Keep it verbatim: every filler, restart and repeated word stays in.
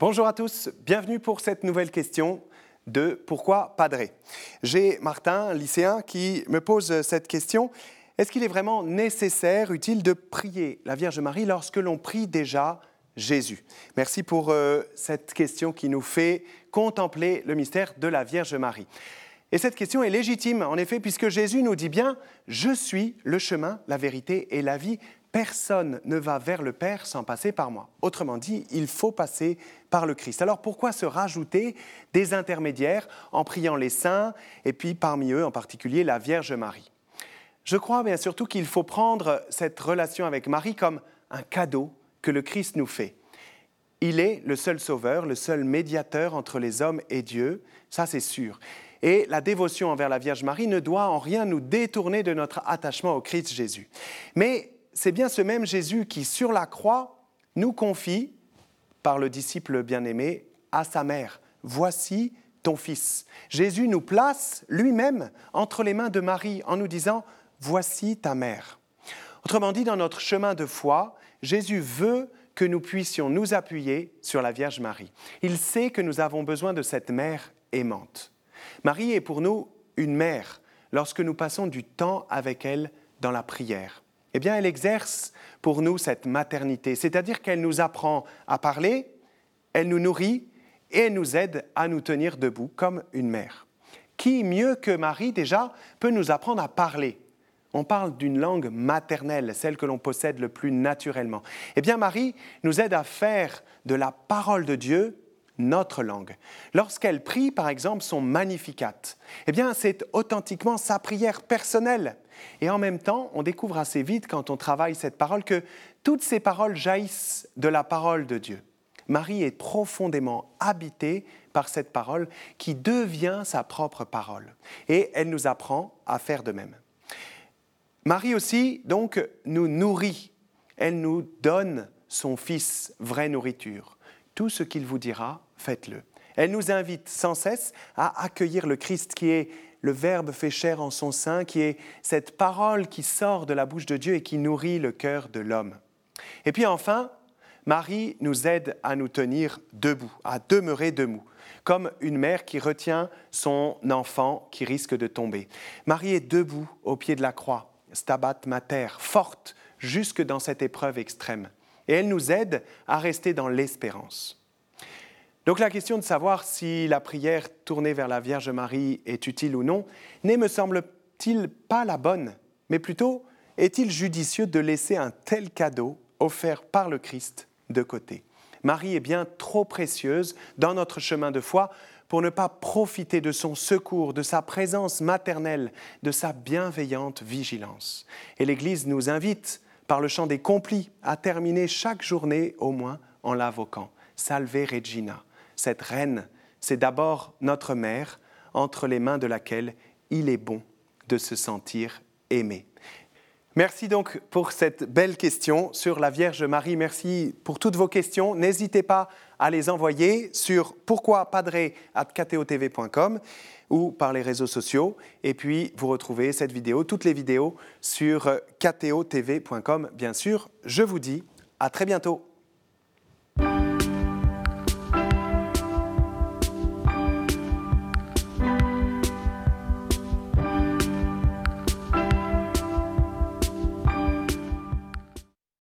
Bonjour à tous, bienvenue pour cette nouvelle question de Pourquoi Padre. J'ai Martin, lycéen, qui me pose cette question. Est-ce qu'il est vraiment nécessaire, utile de prier la Vierge Marie lorsque l'on prie déjà Jésus? Merci pour euh, cette question qui nous fait contempler le mystère de la Vierge Marie. Et cette question est légitime, en effet, puisque Jésus nous dit bien « Je suis le chemin, la vérité et la vie ». Personne ne va vers le Père sans passer par moi. Autrement dit, il faut passer par le Christ. Alors pourquoi se rajouter des intermédiaires en priant les saints et puis parmi eux en particulier la Vierge Marie? Je crois bien surtout qu'il faut prendre cette relation avec Marie comme un cadeau que le Christ nous fait. Il est le seul sauveur, le seul médiateur entre les hommes et Dieu, ça c'est sûr. Et la dévotion envers la Vierge Marie ne doit en rien nous détourner de notre attachement au Christ Jésus. Mais c'est bien ce même Jésus qui, sur la croix, nous confie, par le disciple bien-aimé, à sa mère. « Voici ton fils ». Jésus nous place lui-même entre les mains de Marie en nous disant « Voici ta mère ». Autrement dit, dans notre chemin de foi, Jésus veut que nous puissions nous appuyer sur la Vierge Marie. Il sait que nous avons besoin de cette mère aimante. Marie est pour nous une mère lorsque nous passons du temps avec elle dans la prière. Eh bien, elle exerce pour nous cette maternité, c'est-à-dire qu'elle nous apprend à parler, elle nous nourrit et elle nous aide à nous tenir debout comme une mère. Qui, mieux que Marie, déjà, peut nous apprendre à parler? On parle d'une langue maternelle, celle que l'on possède le plus naturellement. Eh bien, Marie nous aide à faire de la parole de Dieu notre langue. Lorsqu'elle prie, par exemple, son Magnificat, eh bien, c'est authentiquement sa prière personnelle. Et en même temps, on découvre assez vite, quand on travaille cette parole, que toutes ces paroles jaillissent de la parole de Dieu. Marie est profondément habitée par cette parole qui devient sa propre parole. Et elle nous apprend à faire de même. Marie aussi, donc, nous nourrit. Elle nous donne son Fils, vraie nourriture. Tout ce qu'il vous dira, faites-le. Elle nous invite sans cesse à accueillir le Christ qui est le Verbe fait chair en son sein, qui est cette parole qui sort de la bouche de Dieu et qui nourrit le cœur de l'homme. Et puis enfin, Marie nous aide à nous tenir debout, à demeurer debout, comme une mère qui retient son enfant qui risque de tomber. Marie est debout au pied de la croix, Stabat Mater, forte jusque dans cette épreuve extrême. Et elle nous aide à rester dans l'espérance. Donc la question de savoir si la prière tournée vers la Vierge Marie est utile ou non n'est, me semble-t-il, pas la bonne, mais plutôt est-il judicieux de laisser un tel cadeau offert par le Christ de côté? Marie est bien trop précieuse dans notre chemin de foi pour ne pas profiter de son secours, de sa présence maternelle, de sa bienveillante vigilance. Et l'Église nous invite, par le chant des complis, à terminer chaque journée au moins en l'invoquant. Salve Regina. Cette reine, c'est d'abord notre mère, entre les mains de laquelle il est bon de se sentir aimé. Merci donc pour cette belle question sur la Vierge Marie. Merci pour toutes vos questions. N'hésitez pas à les envoyer sur pourquoi padre arobase k t o t v point com ou par les réseaux sociaux. Et puis, vous retrouvez cette vidéo, toutes les vidéos sur k t o t v point com, bien sûr. Je vous dis à très bientôt.